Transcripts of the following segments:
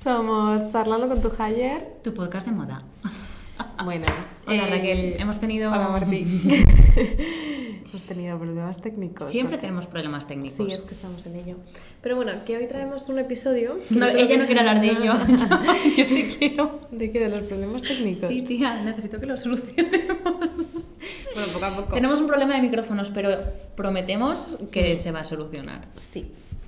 Somos Charlando con tu Haier, tu podcast de moda. Bueno, hola Raquel, hemos tenido... Hola Martí. Hemos tenido problemas técnicos. Siempre tenemos problemas técnicos. Sí, es que estamos en ello. Pero bueno, que hoy traemos un episodio... No, ella no quiere hablar de ello. Yo sí quiero. ¿De qué? ¿De los problemas técnicos? Sí, tía, necesito que lo solucionemos. Bueno, poco a poco. Tenemos un problema de micrófonos, pero prometemos que se va a solucionar. Sí.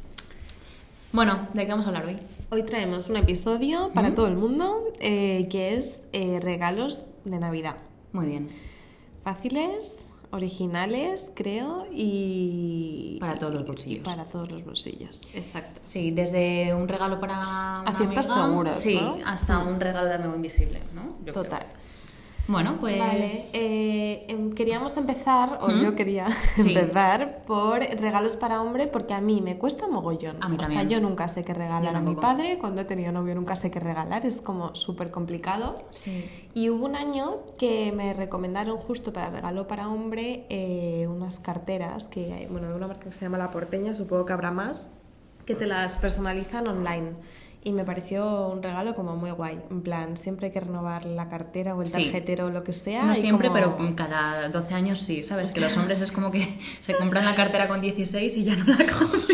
Bueno, ¿de qué vamos a hablar hoy? Hoy traemos un episodio para todo el mundo que es regalos de Navidad. Muy bien. Fáciles, originales, creo, y... Para todos los bolsillos. Para todos los bolsillos, exacto. Sí, desde un regalo para una ciertas amiga, seguras, sí, ¿no? hasta un regalo de amigo invisible, ¿no? Yo Total. creo. Bueno, pues... Vale, queríamos empezar, o yo quería Sí. empezar, por regalos para hombre, porque a mí me cuesta mogollón. A mí o sea, también. yo nunca sé qué regalar Yo a mi tampoco. padre, cuando he tenido novio nunca sé qué regalar, es como súper complicado. Sí. Y hubo un año que me recomendaron justo para regalo para hombre unas carteras, que bueno, de una marca que se llama La Porteña, supongo que habrá más, que te las personalizan online. Y me pareció un regalo como muy guay. En plan, siempre hay que renovar la cartera o el Sí. tarjetero o lo que sea. No y siempre, como... pero cada 12 años sí, ¿sabes? Que los hombres es como que se compran la cartera con 16 y ya no la cogen.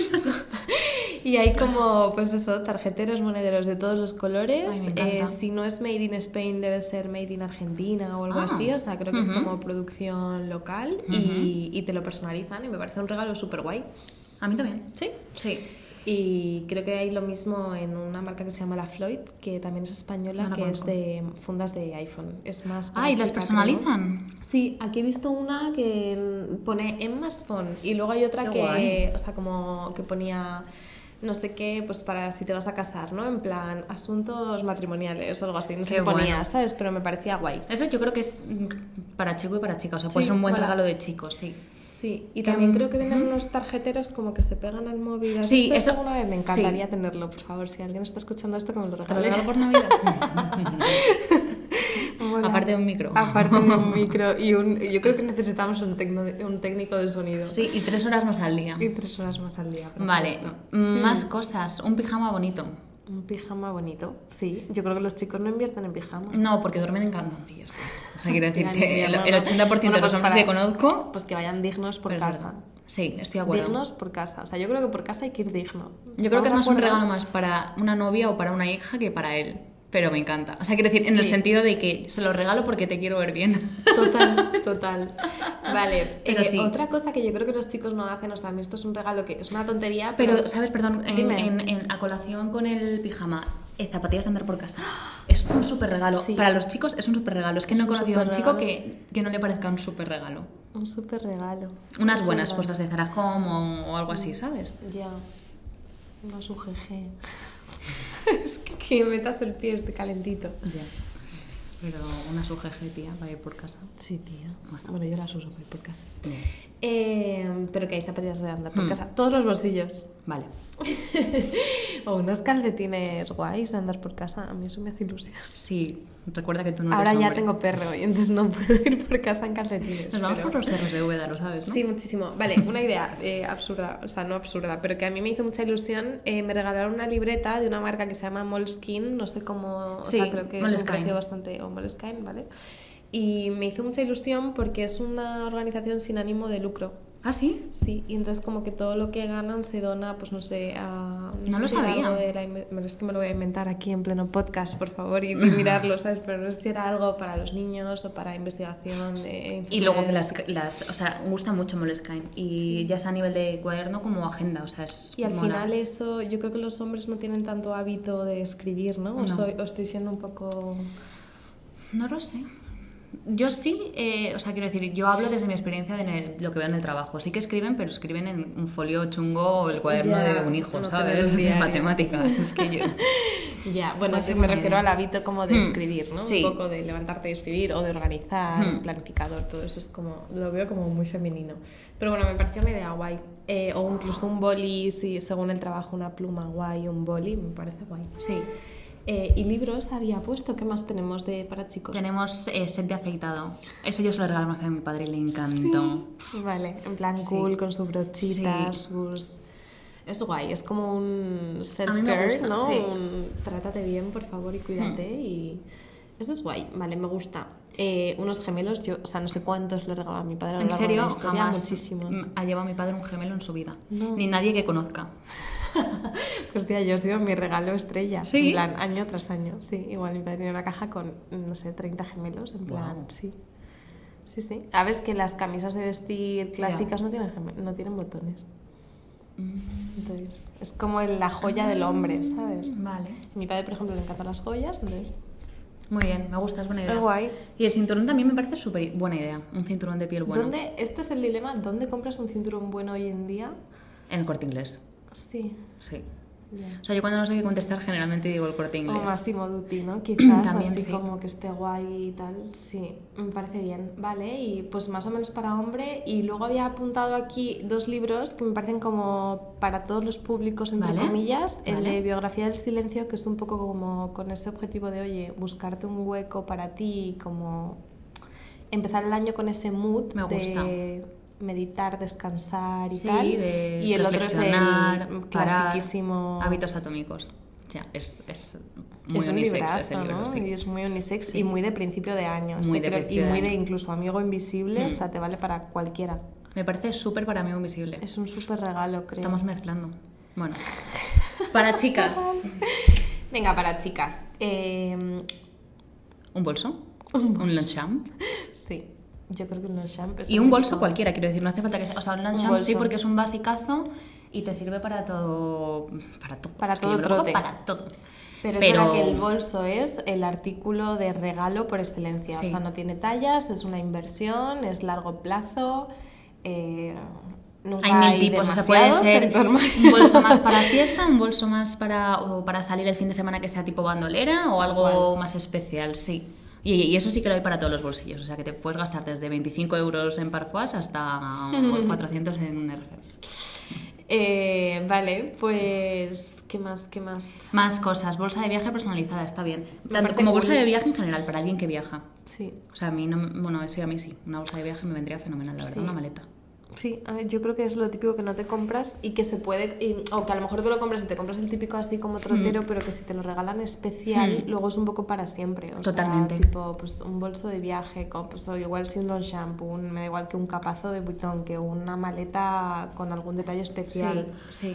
Y hay como, pues eso, tarjeteros, monederos de todos los colores. Ay, me encanta. Si no es made in Spain, debe ser made in Argentina o algo Ah. así. O sea, creo que es Ujú. como producción local y te lo personalizan y me parece un regalo súper guay. A mí también. Sí. Sí. Y creo que hay lo mismo en una marca que se llama La Floyd, que también es española, No la que es conozco. de fundas de iPhone. Es más para Ah, ¿y las chica, personalizan? creo. Sí, aquí he visto una que pone Emma's Phone y luego hay otra Qué que, guay. o sea, como que ponía no sé qué, pues para si te vas a casar, ¿no? En plan, asuntos matrimoniales o algo así. No sé Qué qué ponía, bueno. ¿sabes? Pero me parecía guay. Eso yo creo que es para chico y para chica. O sea, puede Sí, ser un buen mola. regalo de chico, sí. Sí, y también creo que venden unos tarjeteros como que se pegan al móvil. ¿Has Sí, visto eso- alguna vez? Me encantaría sí. tenerlo, por favor. Si alguien está escuchando esto, que me lo ¿Te lo regale. regalo por Navidad? Mola. Aparte de un micro. Aparte de un micro y yo creo que necesitamos un técnico de sonido. Sí, y 3 horas más al día. Y 3 horas más al día. por Vale, supuesto. más cosas. Un pijama bonito. Un pijama bonito. Sí, yo creo que los chicos no invierten en pijama. No, porque duermen en calzoncillos. O sea, quiero decir Ya, que el no, 80% no. de Bueno, los pues hombres que conozco... Pues que vayan dignos por Pero es casa. verdad. Sí, estoy de acuerdo. Dignos por casa. O sea, yo creo que por casa hay que ir digno. Yo creo que es ¿Estamos más de un acuerdo? regalo más para una novia o para una hija que para él. Pero me encanta. O sea, quiero decir, en el Sí. sentido de que se lo regalo porque te quiero ver bien. Total, total. Vale, Pero sí. otra cosa que yo creo que los chicos no hacen, o sea, a mí esto es un regalo que es una tontería, Pero, ¿sabes? Perdón, Dime. a colación con el pijama, zapatillas de andar por casa. Es un súper regalo. Sí. Para los chicos es un súper regalo. Es que Es no he un conocido a un chico superregalo. que no le parezca un súper regalo. un súper regalo. Unas Es buenas, verdad. pues las de Zara Home o algo así, ¿sabes? Ya, unas UGG. Es que metas el pie, esté calentito. Ya. Pero unas UGG, tía, para ir por casa. Sí, tía. Bueno. Bueno, yo las uso para ir por casa. Bien. Pero que hay zapatillas de andar por casa. Todos los bolsillos. Vale. O unos calcetines guays de andar por casa. A mí eso me hace ilusión. Sí, recuerda que tú no Ahora eres ya hombre. tengo perro y entonces no puedo ir por casa en calcetines. Nos vamos pero- por los cerros de Úbeda, lo sabes, ¿no? Sí, muchísimo. Vale, una idea absurda, o sea, no absurda, pero que a mí me hizo mucha ilusión. Me regalaron una libreta de una marca que se llama Moleskine, no sé cómo, o Sí, sea, creo que es un Moleskine. precio bastante, o Moleskine, ¿vale? Y me hizo mucha ilusión porque es una organización sin ánimo de lucro. ¿Ah, sí? Sí, y entonces como que todo lo que ganan se dona, pues no sé, a... No sé lo si era sabía. algo de bueno, es que me lo voy a inventar aquí en pleno podcast, por favor, y mirarlo, ¿sabes? Pero no sé si era algo para los niños o para investigación de Y luego que enfermedades. o sea, gusta mucho Moleskine. Y ya sea a nivel de cuaderno como agenda, o sea, es Y al mola. final eso, yo creo que los hombres no tienen tanto hábito de escribir, ¿no? No. O estoy siendo un poco... No lo sé. Yo sí, o sea, quiero decir, yo hablo desde mi experiencia de lo que veo en el trabajo. Sí que escriben, pero escriben en un folio chungo o el cuaderno Ya, de un hijo, no ¿sabes? tener un De diario. matemáticas. Es que yo... Ya, bueno, Pues sí, es me buena refiero idea. al hábito como de escribir, ¿no? Sí. Un poco de levantarte y escribir o de organizar, un planificador, todo eso es como, lo veo como muy femenino. Pero bueno, me pareció una idea guay. O incluso un boli, si según el trabajo una pluma guay, un boli, me parece guay. Sí. Y libros había puesto, ¿qué más tenemos para chicos? Tenemos set de afeitado. Eso yo se lo regalé una vez a mi padre y le encantó. Sí. Vale, en plan Sí. cool, con sus brochitas, Sí. sus... Es guay, es como un A mí me self-care, gusta, ¿no? sí. Un trátate bien, por favor, y cuídate. Y eso es guay, vale, me gusta. Unos gemelos, yo, o sea, no sé cuántos le regalaba a mi padre a lo En largo de serio, la historia, jamás muchísimos. ha llevado mi padre un gemelo en su vida. No. Ni nadie que conozca. Pues tía, yo os digo mi regalo estrella. ¿Sí? En plan, año tras año. Sí, igual mi padre tiene una caja con, no sé, 30 gemelos. En plan, Guau. sí. Sí, sí. A ver, es que las camisas de vestir clásicas no tienen, no tienen botones. Entonces, es como la joya del hombre, ¿sabes? Vale. Mi padre, por ejemplo, le encantan las joyas, entonces... Muy bien, me gusta, es buena idea. Es guay. Y el cinturón también me parece súper buena idea. Un cinturón de piel bueno. ¿Dónde, este es el dilema, ¿dónde compras un cinturón bueno hoy en día? En el Corte Inglés. Sí. Sí. Ya. O sea, yo cuando no sé qué contestar generalmente digo el Corte Inglés. O Massimo Dutti, ¿no? Quizás También, así sí. como que esté guay y tal. Sí, me parece bien. Vale, y pues más o menos para hombre. Y luego había apuntado aquí 2 libros que me parecen como para todos los públicos, entre Vale, comillas. El vale. de Biografía del Silencio, que es un poco como con ese objetivo de, oye, buscarte un hueco para ti y como empezar el año con ese mood Me gusta. de meditar, descansar y Sí, tal. de Y el otro es reflexionar, el parar, clasiquísimo... Hábitos atómicos. Ya, es muy Es un unisex librazo, ese libro, ¿no? sí. Y es muy unisex Sí. y muy de principio de año. Muy de y principio de muy de año. incluso amigo invisible, o sea, te vale para cualquiera. Me parece súper para amigo invisible. Es un súper regalo, creo. Estamos mezclando. Bueno. Para chicas, Venga, para chicas. un bolso, un Longchamp. Sí, yo creo que un Longchamp es Y un el bolso único. cualquiera, quiero decir, no hace falta que sea... O sea, un Longchamp bolso. sí, porque es un basicazo y te sirve para todo... Para todo. Para Es que todo yo me lo cojo trote. para todo. Pero es verdad que el bolso es el artículo de regalo por excelencia. Sí. O sea, no tiene tallas, es una inversión, es largo plazo. Nunca Hay mil tipos, o sea, puede demasiados ser en tu armario. un bolso más para fiesta, un bolso más o para salir el fin de semana que sea tipo bandolera o algo Igual. más especial, sí. Y eso sí que lo hay para todos los bolsillos, o sea que te puedes gastar desde 25 euros en Parfois hasta 400 en un RF. Vale, pues... ¿Qué más? ¿Qué más? Más cosas, bolsa de viaje personalizada, está bien. Me Tanto parece como bolsa cool. de viaje en general, para alguien que viaja. Sí. O sea, a mí no, bueno, eso a mí sí, una bolsa de viaje me vendría fenomenal, la verdad, Sí. una maleta. Sí, a ver, yo creo que es lo típico que no te compras y que se puede, o que a lo mejor te lo compras y te compras el típico así como trotero, pero que si te lo regalan especial, luego es un poco para siempre. O Totalmente. sea, tipo, pues un bolso de viaje, pues, o igual si un shampoo, me da igual que un capazo de Vuitton, que una maleta con algún detalle especial. Sí.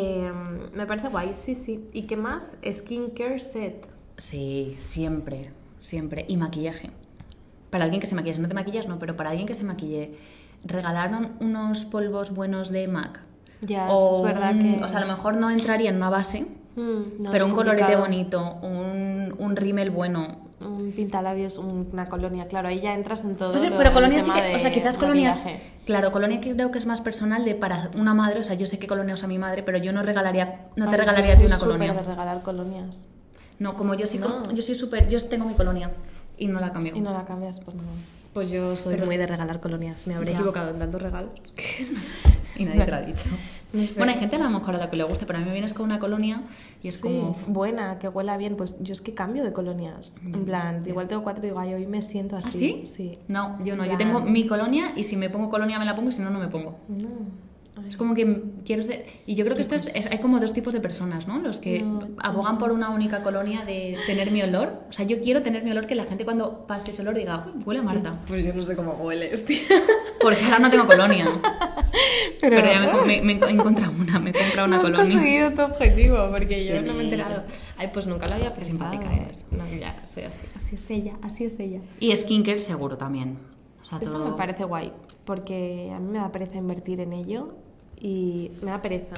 Me parece guay, sí, sí. ¿Y qué más? Skincare set. Sí, siempre, siempre. Y maquillaje. Para alguien que se maquille, si no te maquillas, no, pero para alguien que se maquille, regalaron unos polvos buenos de MAC. Ya, O es verdad un- que... O sea, a lo mejor no entraría en una base, no, pero es un colorete complicado. bonito, un rímel bueno. Un pintalabios, una colonia, claro, ahí ya entras en todo. No sé, lo pero del colonia sí tema que, o de sea, quizás colonias, maquillaje. claro, colonia creo que es más personal de para una madre, o sea, yo sé qué colonia usa mi madre, pero yo no regalaría, no te Ay, regalaría yo a ti soy una súper colonia. de regalar colonias. No, como yo sí, No. yo soy súper, yo tengo mi colonia y no la cambio. Y no la cambias, pues no. Pues yo soy Pero- muy de regalar colonias. Me habré Ya. equivocado en tantos regalos. Y nadie te lo ha dicho. No sé. Bueno, hay gente a lo mejor a la que le guste, pero a mí me vienes con una colonia y es Sí, como... buena, que huela bien. Pues yo es que cambio de colonias. En plan, igual tengo 4 y digo, ay, hoy me siento así. ¿Ah, sí? Sí. No, yo no. En Yo plan- tengo mi colonia y si me pongo colonia me la pongo y si no, no me pongo. No. Ay. Es como que quiero ser... Y yo creo que esto hay como dos tipos de personas, ¿no? Los que No, abogan no sé. por una única colonia de tener mi olor. O sea, yo quiero tener mi olor, que la gente cuando pase ese olor diga, "Uy, huele a Marta". Pues yo no sé cómo hueles, tío. Porque ahora no tengo colonia. Pero, Pero ya me he encontrado una, me he comprado una no has colonia. conseguido tu objetivo, porque yo Sí. no me he enterado. Ay, pues nunca lo había Qué pensado. simpática eres. No, ya, soy así. Así es ella, así es ella. Y skincare seguro también. O sea, Eso todo... me parece guay, porque a mí me da pereza invertir en ello y me da pereza.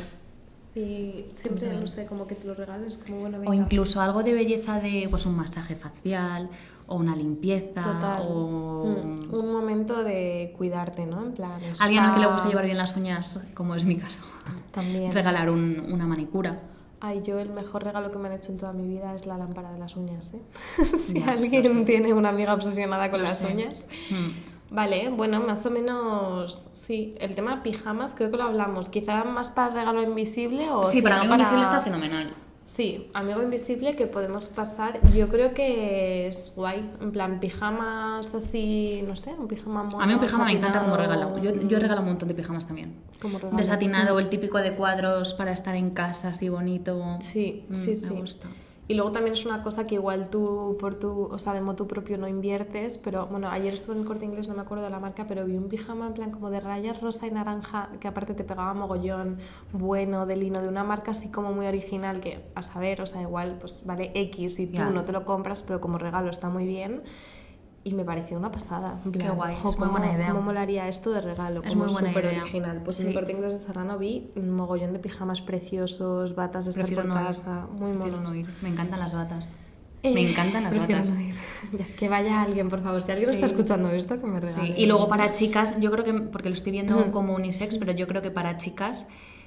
Y siempre, no sé, como que te lo regales, como bueno, venga. O incluso algo de belleza de pues un masaje facial o una limpieza Total. o Un momento de cuidarte, ¿no? En plan, alguien al que le spa, gusta llevar bien las uñas, como es mi caso. También. Regalar una manicura. Ay, yo el mejor regalo que me han hecho en toda mi vida es la lámpara de las uñas, ¿eh? Si Ya, alguien lo sé. tiene una amiga obsesionada con Lo las sé. uñas. Mm. Vale, bueno, más o menos, sí. El tema pijamas creo que lo hablamos. Quizá más para regalo invisible o Sí, si para no, mí invisible está fenomenal. Sí, amigo invisible que podemos pasar, yo creo que es guay, en plan pijamas así, no sé, un pijama mono. A mí un pijama me encanta como satinado, regalo. Yo regalo un montón de pijamas también. Como regalo. Desatinado, el típico de cuadros para estar en casa, así bonito. Sí, sí, sí. Me gusta. Y luego también es una cosa que igual tú, o sea, de motu propio no inviertes, pero bueno, ayer estuve en el Corte Inglés, no me acuerdo de la marca, pero vi un pijama en plan como de rayas rosa y naranja, que aparte te pegaba mogollón, bueno, de lino, de una marca así como muy original, que a saber, o sea, igual pues vale X y tú no te lo compras, pero como regalo está muy bien. Y me pareció una pasada. En plan, qué guay, es muy buena idea. ¿Cómo molaría esto de regalo? Es como muy buena súper idea. original. Pues en el Corte Inglés de Serrano vi un mogollón de pijamas preciosos, batas de estar por casa, muy monos. No ir. Me encantan las batas. Me encantan las batas. No ir. Ya, que vaya alguien, por favor. Si alguien está escuchando esto, que me regale. Sí. Y luego para chicas, yo creo que, porque lo estoy viendo como unisex, pero yo creo que para chicas...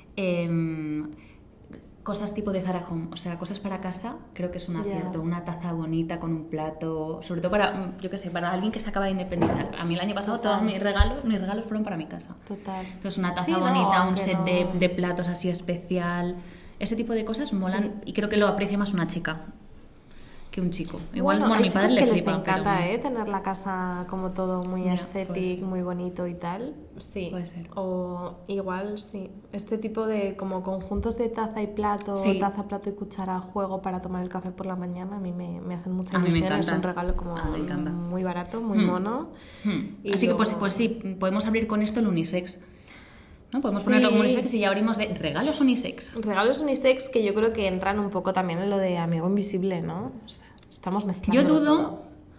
cosas tipo de Zara Home, o sea, cosas para casa, creo que es un acierto. Una taza bonita con un plato, sobre todo para, yo qué sé, para alguien que se acaba de independizar. A mí el año pasado todos mis regalos fueron para mi casa. Total. Entonces una taza bonita, un set de platos así especial, ese tipo de cosas molan y creo que lo aprecia más una chica que un chico. Igual, bueno, mi padre le flipa. Les encanta, pero... tener la casa como todo muy estético, muy bonito y tal. Sí. Puede ser. O igual, sí. Este tipo de como conjuntos de taza y plato, taza, plato y cuchara, juego para tomar el café por la mañana, a mí me hacen mucha ilusión. Es un regalo como muy barato, muy mono. Y así luego... que pues sí, podemos abrir con esto el unisex. ¿No? Podemos ponerlo como unisex y ya abrimos de regalos unisex. Regalos unisex que yo creo que entran un poco también en lo de amigo invisible, ¿no? Estamos mezclando. Yo dudo...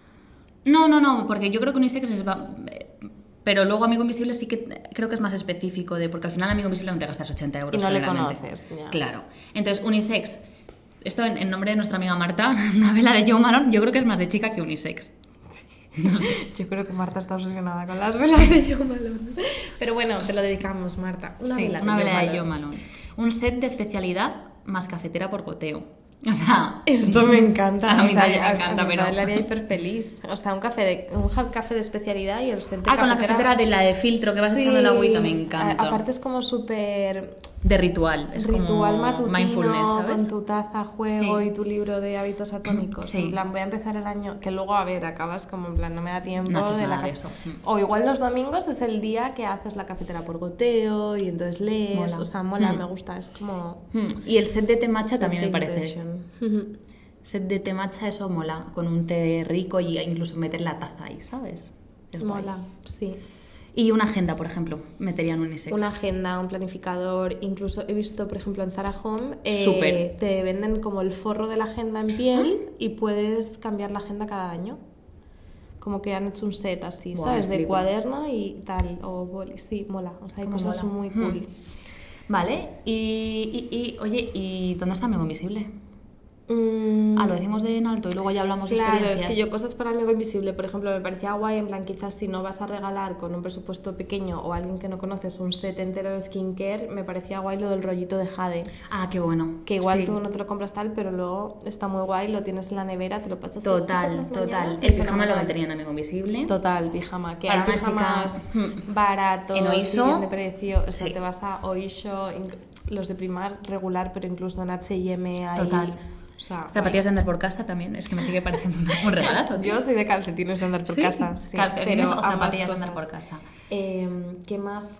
No, porque yo creo que unisex es... Pero luego amigo invisible sí que creo que es más específico, porque al final amigo invisible no te gastas 80 euros. Y no le conoces, ya. Claro. Entonces, unisex, esto en nombre de nuestra amiga Marta, una vela de Jo Malone, yo creo que es más de chica que unisex. No sé. Yo creo que Marta está obsesionada con las velas de Jo Malone. Pero bueno, te lo dedicamos, Marta. Una vela de Jo Malone. Un set de especialidad más cafetera por goteo. O sea... Esto me encanta. A mí también me encanta, pero... A mi le haría hiper feliz. O sea, un café de especialidad y el set de con la cafetera de la de filtro que vas echando el agüita, me encanta. Aparte es como súper... De ritual. Es ritual como matutino, mindfulness, ¿sabes? con tu taza, juego y tu libro de hábitos atómicos. En plan, voy a empezar el año... Que luego, a ver, acabas como en plan, no me da tiempo de la eso. O igual los domingos es el día que haces la cafetera por goteo y entonces lees. Mola. O sea, mola, me gusta. Es como... Y el set de té matcha también me parece... Set de té matcha, eso mola. Con un té rico y incluso meter la taza ahí, ¿sabes? Es mola, sí. Y una agenda, por ejemplo, meterían unisex. Una agenda, un planificador. Incluso he visto, por ejemplo, en Zara Home, te venden como el forro de la agenda en piel y puedes cambiar la agenda cada año. Como que han hecho un set así, ¿sabes? De cuaderno y tal, o boli. Sí, mola. O sea, hay cosas muy cool. Vale, oye, ¿y dónde está Amigo Invisible? Lo decimos de en alto y luego ya hablamos de experiencias. Claro, es que yo cosas para amigo invisible, por ejemplo, me parecía guay, en plan, quizás si no vas a regalar con un presupuesto pequeño o a alguien que no conoces un set entero de skincare, me parecía guay lo del rollito de jade. Qué bueno. Que igual tú no te lo compras tal, pero luego está muy guay, lo tienes en la nevera, te lo pasas. Total. El pijama lo metería en amigo invisible. Total, pijama. Que para hay pijamas baratos, en Oisho, bien de precio. O sea, te vas a Oisho, los de Primar regular, pero incluso en H&M hay... Total. O sea, zapatillas de andar por casa también, es que me sigue pareciendo un regalazo. Yo soy de calcetines de andar por casa. Sí, calcetines o zapatillas de andar por casa. ¿Qué más?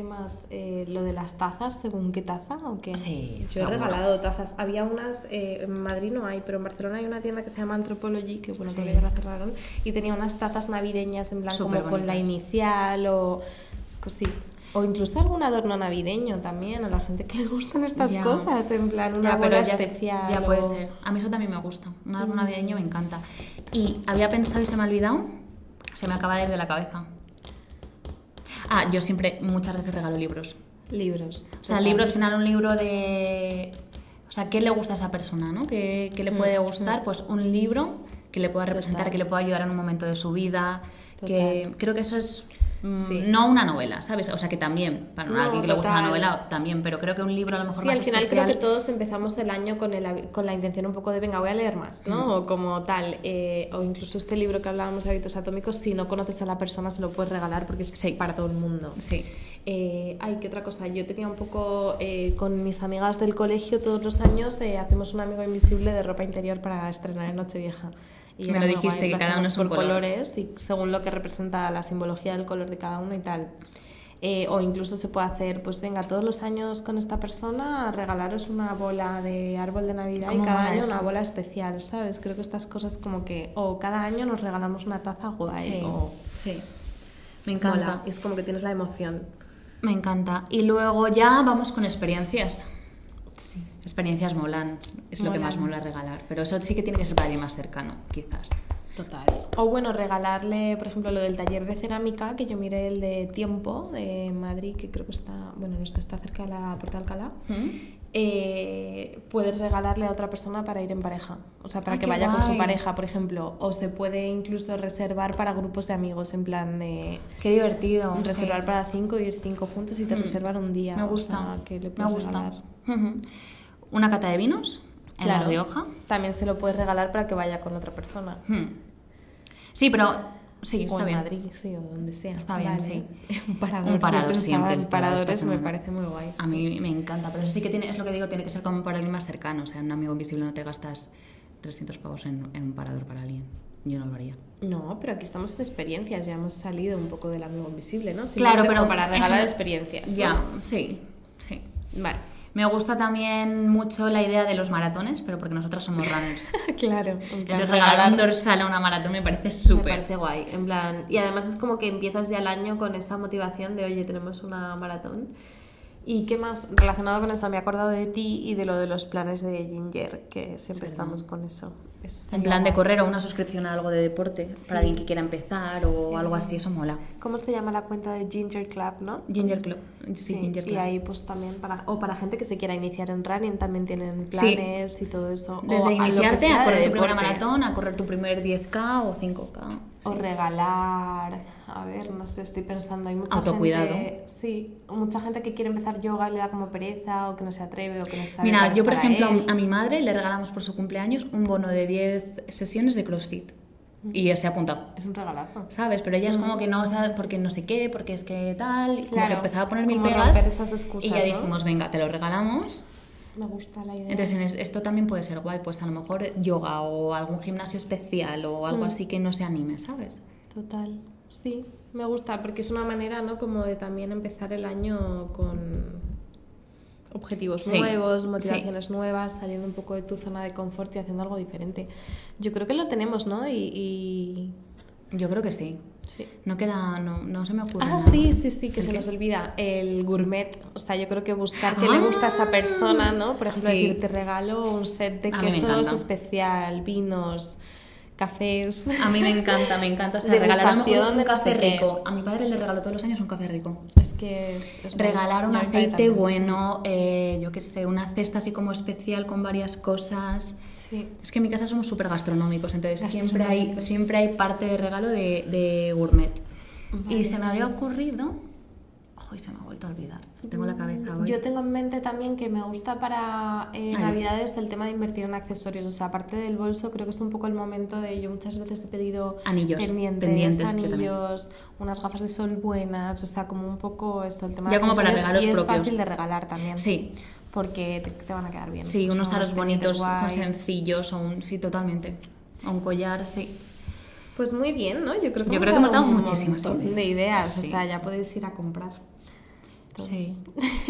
Lo de las tazas, ¿según qué taza? ¿O qué? Sí, yo he regalado tazas. Había unas, en Madrid no hay, pero en Barcelona hay una tienda que se llama Anthropology, que bueno, todavía la cerraron, y tenía unas tazas navideñas en blanco como con la inicial o sí. O incluso algún adorno navideño también, a la gente que le gustan estas cosas, en plan una bola especial. Ya puede ser. A mí eso también me gusta. Un adorno navideño me encanta. Y había pensado y se me ha olvidado, se me acaba de ir de la cabeza. Yo siempre, muchas veces regalo libros. Libros. O sea, libro, al final un libro de... O sea, ¿qué le gusta a esa persona, no? ¿Qué le puede gustar? Pues un libro que le pueda representar, que le pueda ayudar en un momento de su vida. Que creo que eso es... Sí. No una novela, ¿sabes? O sea, que también, para No, alguien que le gusta la total. novela, también, pero creo que un libro a lo mejor Sí, más al final especial... creo que todos empezamos el año con la intención un poco de, venga, voy a leer más, ¿no? O como tal, o incluso este libro que hablábamos de hábitos atómicos, si no conoces a la persona se lo puedes regalar porque es para todo el mundo. Sí. Ay, qué otra cosa, yo tenía un poco, con mis amigas del colegio todos los años hacemos un amigo invisible de ropa interior para estrenar en Nochevieja. Y Me era lo muy dijiste, guay, que lo cada uno hacemos es un por color. colores y según lo que representa la simbología del color de cada uno y tal. O incluso se puede hacer, pues venga, todos los años con esta persona regalaros una bola de árbol de Navidad y ¿Cómo cada mola año eso? una bola especial, ¿sabes? Creo que estas cosas como que, o cada año nos regalamos una taza guay, Sí, o sí. Me encanta. mola. Es como que tienes la emoción. Me encanta. Y luego ya vamos con experiencias. Sí. Experiencias molan, es lo que Molan. más mola regalar. Pero eso sí que tiene que ser para alguien más cercano, quizás. Total. O bueno, regalarle, por ejemplo, lo del taller de cerámica, que yo miré el de Tiempo, de Madrid, que creo que está, bueno, no sé, está cerca de la Puerta de Alcalá. Puedes regalarle a otra persona para ir en pareja, o sea, para Ay, que qué vaya con su guay. pareja, por ejemplo, o se puede incluso reservar para grupos de amigos, en plan de Qué divertido. reservar sí. para 5, ir 5 juntos y te reservan un día. Me gusta. O sea, que le Me puedes gusta. regalar. Ujú. Una cata de vinos en La Rioja. También se lo puedes regalar para que vaya con otra persona. Sí, pero sí, O está en bien. Madrid, sí, o donde sea. Está bien, Vale. sí. Un parador. Un parador Yo pensaba siempre, en para esta paradores me semana. parece muy guay. A mí me encanta, pero eso sí que tiene, es lo que digo, tiene que ser como para alguien más cercano. O sea, en un amigo invisible no te gastas 300 pavos en un parador para alguien. Yo no lo haría. No, pero aquí estamos en experiencias, ya hemos salido un poco del amigo invisible, ¿no? Claro, Simplemente pero como para regalar eso- experiencias, ¿no? Ya, sí, sí. Vale. Me gusta también mucho la idea de los maratones, pero porque nosotras somos runners. Claro. En plan, Entonces regalar un dorsal a una maratón me parece me súper. parece guay, en plan, y además es como que empiezas ya el año con esa motivación de, oye, tenemos una maratón. ¿Y qué más relacionado con eso? Me he acordado de ti y de lo de los planes de Ginger, que siempre estamos con eso. Eso está En plan de correr o una suscripción a algo de deporte para alguien que quiera empezar o algo así, eso mola. ¿Cómo se llama la cuenta de Ginger Club, no? Ginger Club, sí, Ginger Club. Y ahí pues también para gente que se quiera iniciar en running también tienen planes y todo eso. Desde O a lo que iniciarte sea a de correr tu primera deporte. maratón, a correr tu primer 10K o 5K. O regalar, a ver, no sé, estoy pensando, hay mucha Autocuidado. gente, sí, mucha gente que quiere empezar yoga y le da como pereza o que no se atreve o que no sabe Mira, cuál es yo por para ejemplo él. a mi madre le regalamos por su cumpleaños un bono de 10 sesiones de CrossFit y se ha apuntado. Es un regalazo. ¿Sabes? Pero ella es como que no sabe porque no sé qué, porque es que tal, y como Claro, que empezaba a poner mil como pegas romper esas excusas, y ya ¿no? dijimos, venga, te lo regalamos. Me gusta la idea. Entonces esto también puede ser guay, pues a lo mejor yoga o algún gimnasio especial o algo así que no se anime, ¿sabes? Total, sí, me gusta porque es una manera, ¿no? Como de también empezar el año con objetivos Sí, nuevos, motivaciones nuevas, saliendo un poco de tu zona de confort y haciendo algo diferente. Yo creo que lo tenemos, ¿no? Y Yo creo que sí. sí. No queda, no se me ocurre Ah, nada. sí, sí, sí, que ¿El se qué? nos olvida. El gourmet. O sea, yo creo que buscar qué le gusta a esa persona, ¿no? Por ejemplo, Sí. decir, te regalo un set de A mí me quesos encanta. especial, vinos, cafés. A mí me encanta, o sea, Degustación regalar a lo mejor de un no café sé qué. rico. A mi padre le regaló todos los años un café rico. Es que es Regalar un bueno. Me aceite encanta. bueno, yo qué sé, una cesta así como especial con varias cosas. Sí. Es que en mi casa somos súper gastronómicos, entonces Gastronómicos. siempre hay parte de regalo de gourmet. Vale. Y se me había ocurrido... Ojo, y se me ha vuelto a olvidar. Tengo la cabeza hoy. Yo tengo en mente también que me gusta para Navidades el tema de invertir en accesorios. O sea, aparte del bolso, creo que es un poco el momento de... Yo muchas veces he pedido Anillos, pendientes, pendientes, yo también. anillos, unas gafas de sol buenas. O sea, como un poco eso, el tema Ya de como para accesorios. regalos y es propios. fácil de regalar también. Sí, Porque te van a quedar bien. sí, O sea, unos aros pendientes bonitos, guays. sencillos, sí, totalmente. O un collar, sí. Pues muy bien, ¿no? Yo creo que Yo hemos dado un muchísimas montón ideas. de ideas. Sí. O sea, ya podéis ir a comprar. Sí.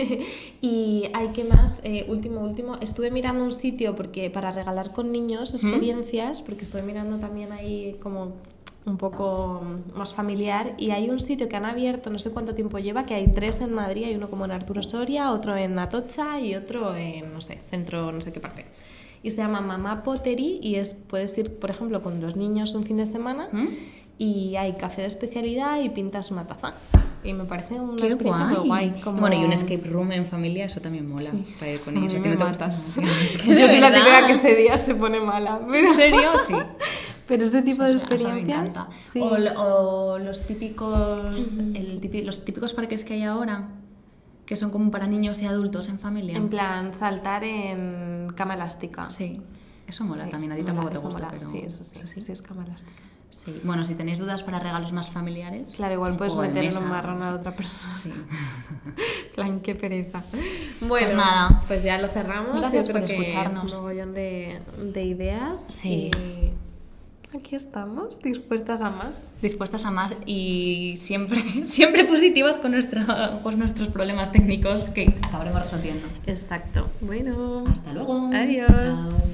Y hay que más, último, estuve mirando un sitio porque para regalar con niños experiencias, porque estuve mirando también ahí como un poco más familiar, y hay un sitio que han abierto, no sé cuánto tiempo lleva, que hay 3 en Madrid, hay uno como en Arturo Soria, otro en Atocha y otro en, no sé, centro, no sé qué parte. Y se llama Mamá Pottery y puedes ir, por ejemplo, con los niños un fin de semana y hay café de especialidad y pintas una taza. Y me parece una ¡Qué experiencia guay! muy guay. Como... Y bueno, y un escape room en familia, eso también mola, para ir con A ellos. mí ¿A ti me no te gusta? matas. Es que Yo de soy la verdad. típica que ese día se pone mala. Pero... ¿En serio? Sí. Pero ese tipo de Eso me experiencias... encanta. Sí. O los típicos, los típicos parques que hay ahora, que son como para niños y adultos en familia. En plan, saltar en cama elástica. Sí, eso mola Sí, también. A ti mola, tampoco te eso gusta, mola. pero... Sí, eso sí. Sí, es cama elástica. Sí. Bueno, si tenéis dudas para regalos más familiares... Claro, igual un puedes juego de meter en mesa, un marrón no a sé. otra persona. Sí. Plan, qué pereza. Bueno, Pues nada. pues ya lo cerramos. Gracias Yo por creo que escucharnos. Un mogollón de ideas. Sí. Y aquí estamos, dispuestas a más. Dispuestas a más y siempre positivas con nuestros problemas técnicos que acabaremos resolviendo. Exacto. Bueno. Hasta luego. Adiós. Chao.